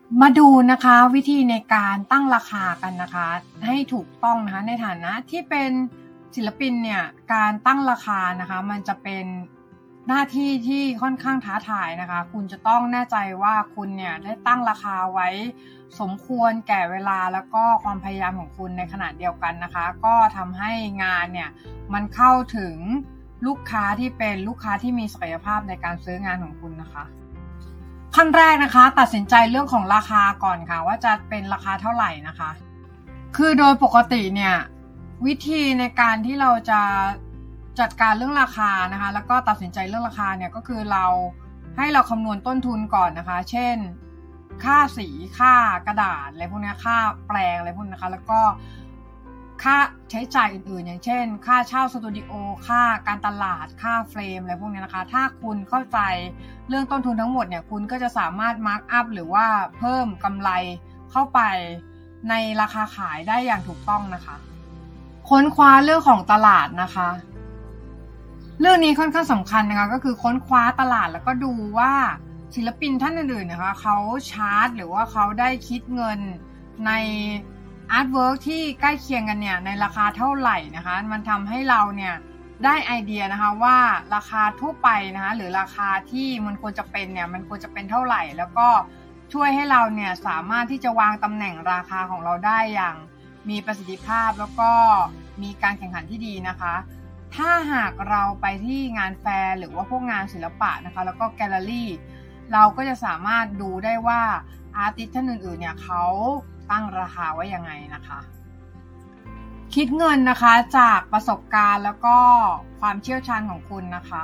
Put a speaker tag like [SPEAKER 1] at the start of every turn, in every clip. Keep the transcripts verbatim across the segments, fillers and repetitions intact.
[SPEAKER 1] มาดูนะคะวิธีในการตั้งราคากันนะคะให้ถูกต้องนะคะในฐานะที่เป็นศิลปินเนี่ยการตั้งราคานะคะมันจะเป็นหน้าที่ที่ค่อนข้างท้าทายนะคะคุณจะต้องแน่ใจว่าคุณเนี่ยได้ตั้งราคาไว้สมควรแก่เวลาแล้วก็ความพยายามของคุณในขณะเดียวกันนะคะก็ทำให้งานเนี่ยมันเข้าถึงลูกค้าที่เป็นลูกค้าที่มีศักยภาพในการซื้องานของคุณนะคะขั้นแรกนะคะตัดสินใจเรื่องของราคาก่อนค่ะว่าจะเป็นราคาเท่าไหร่นะคะคือโดยปกติเนี่ยวิธีในการที่เราจะจัดการเรื่องราคานะคะแล้วก็ตัดสินใจเรื่องราคาเนี่ยก็คือเราให้เราคำนวณต้นทุนก่อนนะคะเช่นค่าสีค่ากระดาษอะไรพวกนี้ค่าแปลงอะไรพวกนี้นะคะแล้วก็ค่าใช้จ่ายอื่นๆอย่างเช่นค่าเช่าสตูดิโอค่าการตลาดค่าเฟรมอะไรพวกนี้นะคะถ้าคุณเข้าใจเรื่องต้นทุนทั้งหมดเนี่ยคุณก็จะสามารถมาร์กอัพหรือว่าเพิ่มกำไรเข้าไปในราคาขายได้อย่างถูกต้องนะคะค้นคว้าเรื่องของตลาดนะคะเรื่องนี้ค่อนข้างสำคัญนะคะก็คือค้นคว้าตลาดแล้วก็ดูว่าศิลปินท่านอื่นๆนะคะเขาชาร์จหรือว่าเขาได้คิดเงินในอาร์ตเวิร์กที่ใกล้เคียงกันเนี่ยในราคาเท่าไหร่นะคะมันทำให้เราเนี่ยได้ไอเดียนะคะว่าราคาทั่วไปนะคะหรือราคาที่มันควรจะเป็นเนี่ยมันควรจะเป็นเท่าไหร่แล้วก็ช่วยให้เราเนี่ยสามารถที่จะวางตำแหน่งราคาของเราได้อย่างมีประสิทธิภาพแล้วก็มีการแข่งขันที่ดีนะคะถ้าหากเราไปที่งานแฟร์หรือว่าพวกงานศิลปะนะคะแล้วก็แกลเลอรี่เราก็จะสามารถดูได้ว่าอาร์ติสต์ท่านอื่นๆเนี่ยเขาตั้งราคาไว้ยังไงนะคะคิดเงินนะคะจากประสบการณ์แล้วก็ความเชี่ยวชาญของคุณนะคะ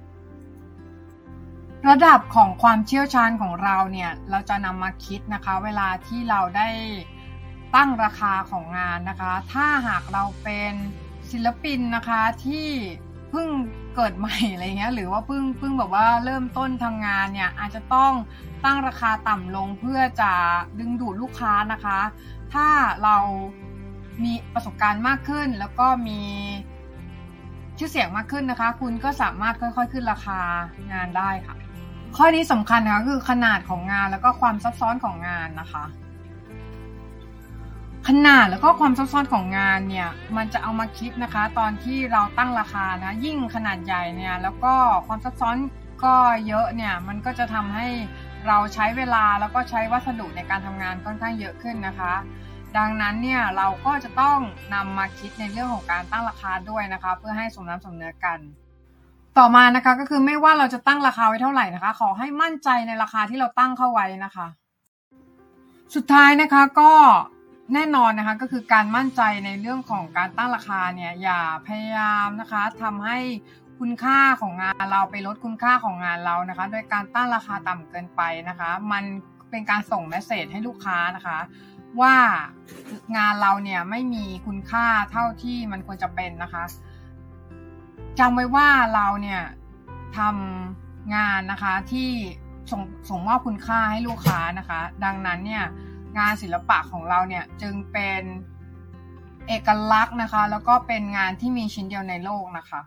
[SPEAKER 1] ระดับของความเชี่ยวชาญของเราเนี่ยเราจะนำมาคิดนะคะเวลาที่เราได้ตั้งราคาของงานนะคะถ้าหากเราเป็นศิลปินนะคะที่เพิ่งเกิดใหม่อะไรเงี้ยหรือว่าเพิ่งเพิ่งแบบว่าเริ่มต้นทำงานเนี่ยอาจจะต้องตั้งราคาต่ำลงเพื่อจะดึงดูดลูกค้านะคะถ้าเรามีประสบการณ์มากขึ้นแล้วก็มีชื่อเสียงมากขึ้นนะคะคุณก็สามารถค่อยๆขึ้นราคางานได้ค่ะข้อนี้สำคัญนะคะคือขนาดของงานแล้วก็ความซับซ้อนของงานนะคะขนาดแล้วก็ความซับซ้อนของงานเนี่ยมันจะเอามาคิดนะคะตอนที่เราตั้งราคานะยิ่งขนาดใหญ่เนี่ยแล้วก็ความซับซ้อนก็เยอะเนี่ยมันก็จะทำให้เราใช้เวลาแล้วก็ใช้วัสดุในการทำงานค่อนข้างเยอะขึ้นนะคะดังนั้นเนี่ยเราก็จะต้องนำมาคิดในเรื่องของการตั้งราคาด้วยนะคะเพื่อให้สมน้ำสมเนื้อกันต่อมานะคะก็คือไม่ว่าเราจะตั้งราคาไว้เท่าไหร่นะคะขอให้มั่นใจในราคาที่เราตั้งเข้าไว้นะคะสุดท้ายนะคะก็แน่นอนนะคะก็คือการมั่นใจในเรื่องของการตั้งราคาเนี่ยอย่าพยายามนะคะทำให้คุณค่าของงานเราไปลดคุณค่าของงานเรานะคะโดยการตั้งราคาต่ำเกินไปนะคะมันเป็นการส่งเมสเสจให้ลูกค้านะคะว่างานเราเนี่ยไม่มีคุณค่าเท่าที่มันควรจะเป็นนะคะจำไว้ว่าเราเนี่ยทำงานนะคะที่ส่งส่งมอบคุณค่าให้ลูกค้านะคะดังนั้นเนี่ยงานศิลปะของเราเนี่ยจึงเป็นเอกลักษณ์นะคะแล้วก็เป็นงานที่มีชิ้นเดียวในโลกนะคะ